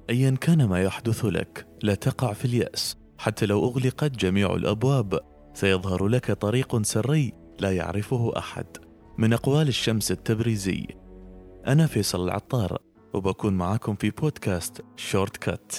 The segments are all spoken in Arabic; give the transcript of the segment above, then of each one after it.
أيا كان ما يحدث لك لا تقع في اليأس. حتى لو أغلقت جميع الأبواب سيظهر لك طريق سري لا يعرفه أحد. من أقوال الشمس التبريزي. أنا فيصل العطار وبكون معاكم في بودكاست شورت كات.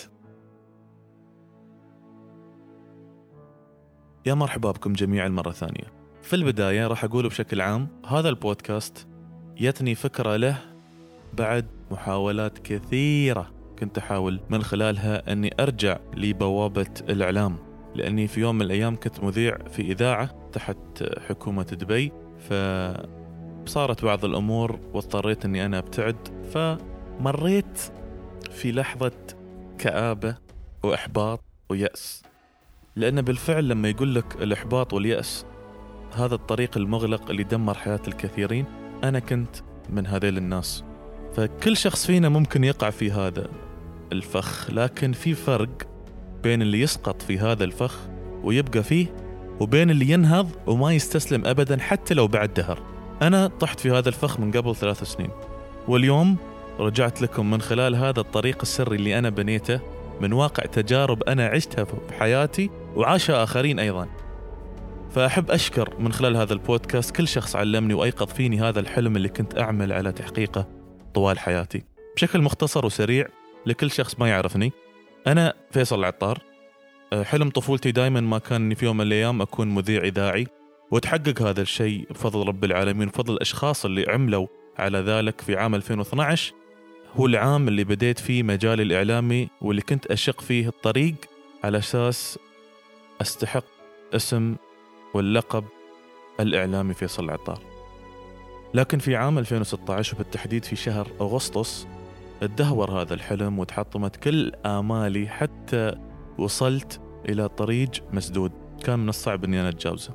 يا مرحبا بكم جميعا مرة ثانية. في البداية راح أقول بشكل عام هذا البودكاست يتني فكرة له بعد محاولات كثيرة كنت أحاول من خلالها أني أرجع لبوابة الإعلام، لأني في يوم من الأيام كنت مذيع في إذاعة تحت حكومة دبي، فصارت بعض الأمور واضطريت أني أنا أبتعد. فمريت في لحظة كآبة وإحباط ويأس، لأن بالفعل لما يقول لك الإحباط واليأس هذا الطريق المغلق اللي دمر حياة الكثيرين، أنا كنت من هذيل الناس. فكل شخص فينا ممكن يقع في هذا الفخ، لكن في فرق بين اللي يسقط في هذا الفخ ويبقى فيه وبين اللي ينهض وما يستسلم أبدا حتى لو بعد دهر. أنا طحت في هذا الفخ من قبل 3 سنين، واليوم رجعت لكم من خلال هذا الطريق السري اللي أنا بنيته من واقع تجارب أنا عشتها بحياتي وعاشها آخرين أيضا. فأحب أشكر من خلال هذا البودكاست كل شخص علمني وأيقظ فيني هذا الحلم اللي كنت أعمل على تحقيقه طوال حياتي. بشكل مختصر وسريع لكل شخص ما يعرفني، أنا فيصل العطار. حلم طفولتي دائما ما كان أني في يوم من الأيام أكون مذيع إذاعي، وتحقق هذا الشيء بفضل رب العالمين وفضل الأشخاص اللي عملوا على ذلك. في عام 2012 هو العام اللي بديت فيه مجال الإعلامي، واللي كنت أشق فيه الطريق على أساس أستحق اسم واللقب الإعلامي فيصل العطار. لكن في عام 2016 وبالتحديد في شهر أغسطس اتدهور هذا الحلم وتحطمت كل آمالي، حتى وصلت إلى طريق مسدود كان من الصعب أني أنا أتجاوزه.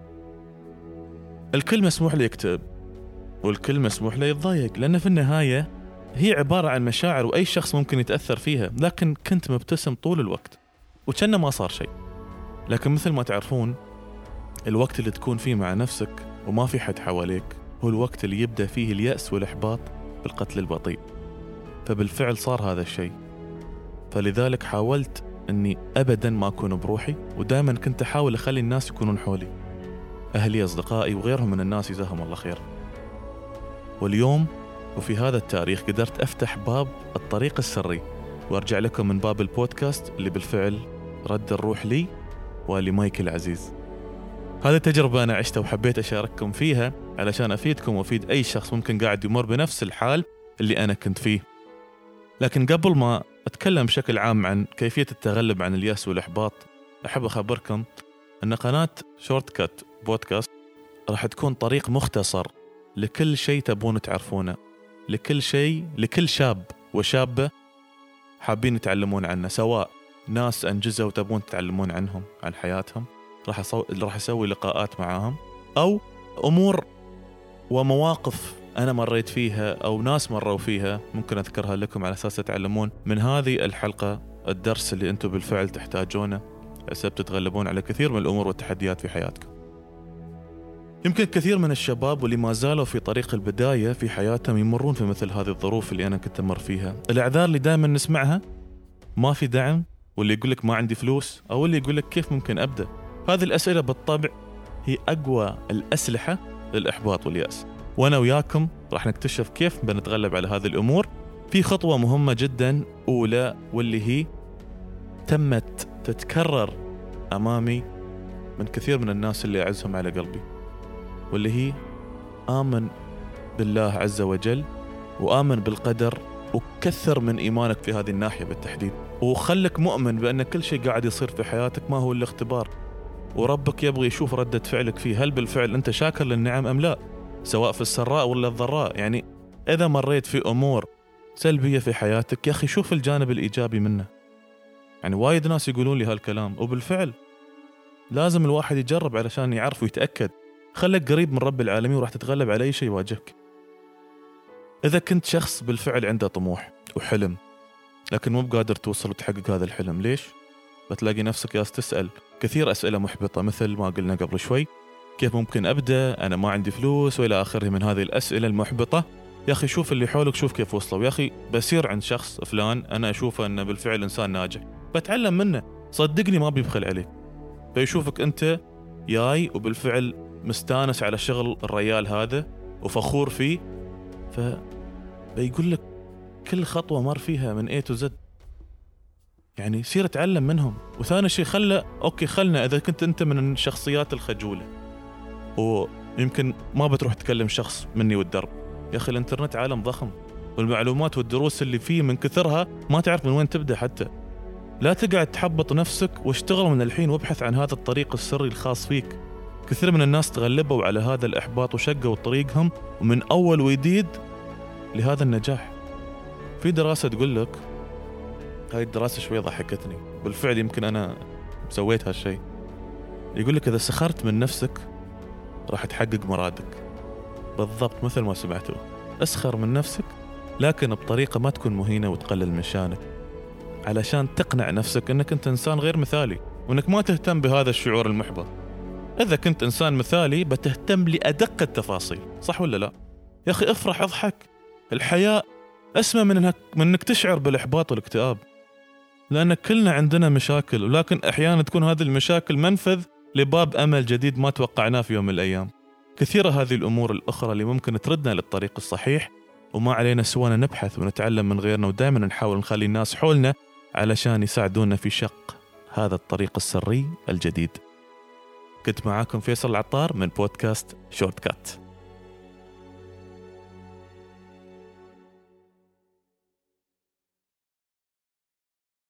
الكل مسموح لي يكتئب والكل مسموح لي يتضايق، لأن في النهاية هي عبارة عن مشاعر وأي شخص ممكن يتأثر فيها، لكن كنت مبتسم طول الوقت وكأنه ما صار شيء. لكن مثل ما تعرفون الوقت اللي تكون فيه مع نفسك وما في حد حواليك هو الوقت اللي يبدأ فيه اليأس والإحباط بالقتل البطيء. فبالفعل صار هذا الشيء، فلذلك حاولت أني أبدا ما أكون بروحي، ودائما كنت أحاول أخلي الناس يكونون حولي، أهلي أصدقائي وغيرهم من الناس جزاهم الله خير. واليوم وفي هذا التاريخ قدرت أفتح باب الطريق السري وأرجع لكم من باب البودكاست اللي بالفعل رد الروح لي ولمايك العزيز. هذه تجربة أنا عشتها وحبيت أشارككم فيها علشان أفيدكم وأفيد أي شخص ممكن قاعد يمر بنفس الحال اللي أنا كنت فيه. لكن قبل ما أتكلم بشكل عام عن كيفية التغلب عن اليأس والإحباط، أحب أخبركم أن قناة شورت كات بودكاست راح تكون طريق مختصر لكل شيء تبون تعرفونه، لكل شيء، لكل شاب وشابة حابين يتعلمون عنه، سواء ناس أنجزوا وتبون تتعلمون عنهم عن حياتهم، راح أسوي لقاءات معاهم، أو أمور ومواقف أنا مريت فيها أو ناس مروا فيها ممكن أذكرها لكم على أساس تتعلمون من هذه الحلقة الدرس اللي أنتم بالفعل تحتاجونه حسب تتغلبون على كثير من الأمور والتحديات في حياتكم. يمكن كثير من الشباب واللي ما زالوا في طريق البداية في حياتهم يمرون في مثل هذه الظروف اللي أنا كنت أمر فيها. الأعذار اللي دائما نسمعها، ما في دعم، واللي يقول لك ما عندي فلوس، أو اللي يقول لك كيف ممكن أبدأ. هذه الأسئلة بالطبع هي أقوى الأسلحة للإحباط واليأس، وأنا وياكم راح نكتشف كيف بنتغلب على هذه الأمور في خطوة مهمة جدا أولى، واللي هي تمت تتكرر أمامي من كثير من الناس اللي أعزهم على قلبي، واللي هي آمن بالله عز وجل وآمن بالقدر، وكثر من إيمانك في هذه الناحية بالتحديد، وخلك مؤمن بأن كل شيء قاعد يصير في حياتك ما هو إلا اختبار، وربك يبغي يشوف ردة فعلك فيه، هل بالفعل أنت شاكر للنعم أم لا، سواء في السراء ولا الضراء. يعني إذا مريت في أمور سلبية في حياتك، يا أخي شوف الجانب الإيجابي منه. يعني وايد ناس يقولون لي هالكلام، وبالفعل لازم الواحد يجرب علشان يعرف ويتأكد. خلك قريب من رب العالمين وراح تتغلب على أي شيء يواجهك. إذا كنت شخص بالفعل عنده طموح وحلم لكن مو بقادر توصل وتحقق هذا الحلم، ليش؟ بتلاقي نفسك ياس تسأل كثير أسئلة محبطة، مثل ما قلنا قبل شوي، كيف ممكن أبدأ؟ أنا ما عندي فلوس، وإلى آخره من هذه الأسئلة المحبطة يا أخي شوف اللي حولك، شوف كيف وصلوا. يا أخي بسير عند شخص فلان أنا أشوفه أنه بالفعل إنسان ناجح، بتعلم منه، صدقني ما بيبخل عليك. فيشوفك أنت جاي وبالفعل مستانس على شغل الرجال هذا وفخور فيه، فبيقول لك كل خطوة مر فيها من A to Z. يعني سير اتعلم منهم. وثاني شيء خلنا إذا كنت أنت من الشخصيات الخجولة ويمكن ما بتروح تكلم شخص مني والدرب، يا أخي الإنترنت عالم ضخم، والمعلومات والدروس اللي فيه من كثرها ما تعرف من وين تبدأ. حتى لا تقعد تحبط نفسك، واشتغل من الحين وابحث عن هذا الطريق السري الخاص فيك. كثير من الناس تغلبوا على هذا الإحباط وشقوا طريقهم ومن أول وجديد لهذا النجاح. في دراسة تقول لك، هاي الدراسة شوي ضحكتني، بالفعل يمكن أنا سويت هالشيء. يقول لك إذا سخرت من نفسك راح تحقق مرادك. بالضبط مثل ما سمعتوا، اسخر من نفسك لكن بطريقة ما تكون مهينة وتقلل من شانك، علشان تقنع نفسك أنك أنت إنسان غير مثالي وأنك ما تهتم بهذا الشعور المحبط. إذا كنت إنسان مثالي بتهتم لأدق التفاصيل، صح ولا لا؟ يا أخي افرح، اضحك. الحياة أسمى من أنك تشعر بالإحباط والاكتئاب، لأن كلنا عندنا مشاكل، ولكن أحيانا تكون هذه المشاكل منفذ لباب أمل جديد ما توقعناه في يوم من الأيام. كثيرة هذه الأمور الأخرى اللي ممكن تردنا للطريق الصحيح، وما علينا سوانا نبحث ونتعلم من غيرنا، ودائما نحاول نخلي الناس حولنا علشان يساعدونا في شق هذا الطريق السري الجديد. كنت معاكم فيصل العطار من بودكاست شورت كات.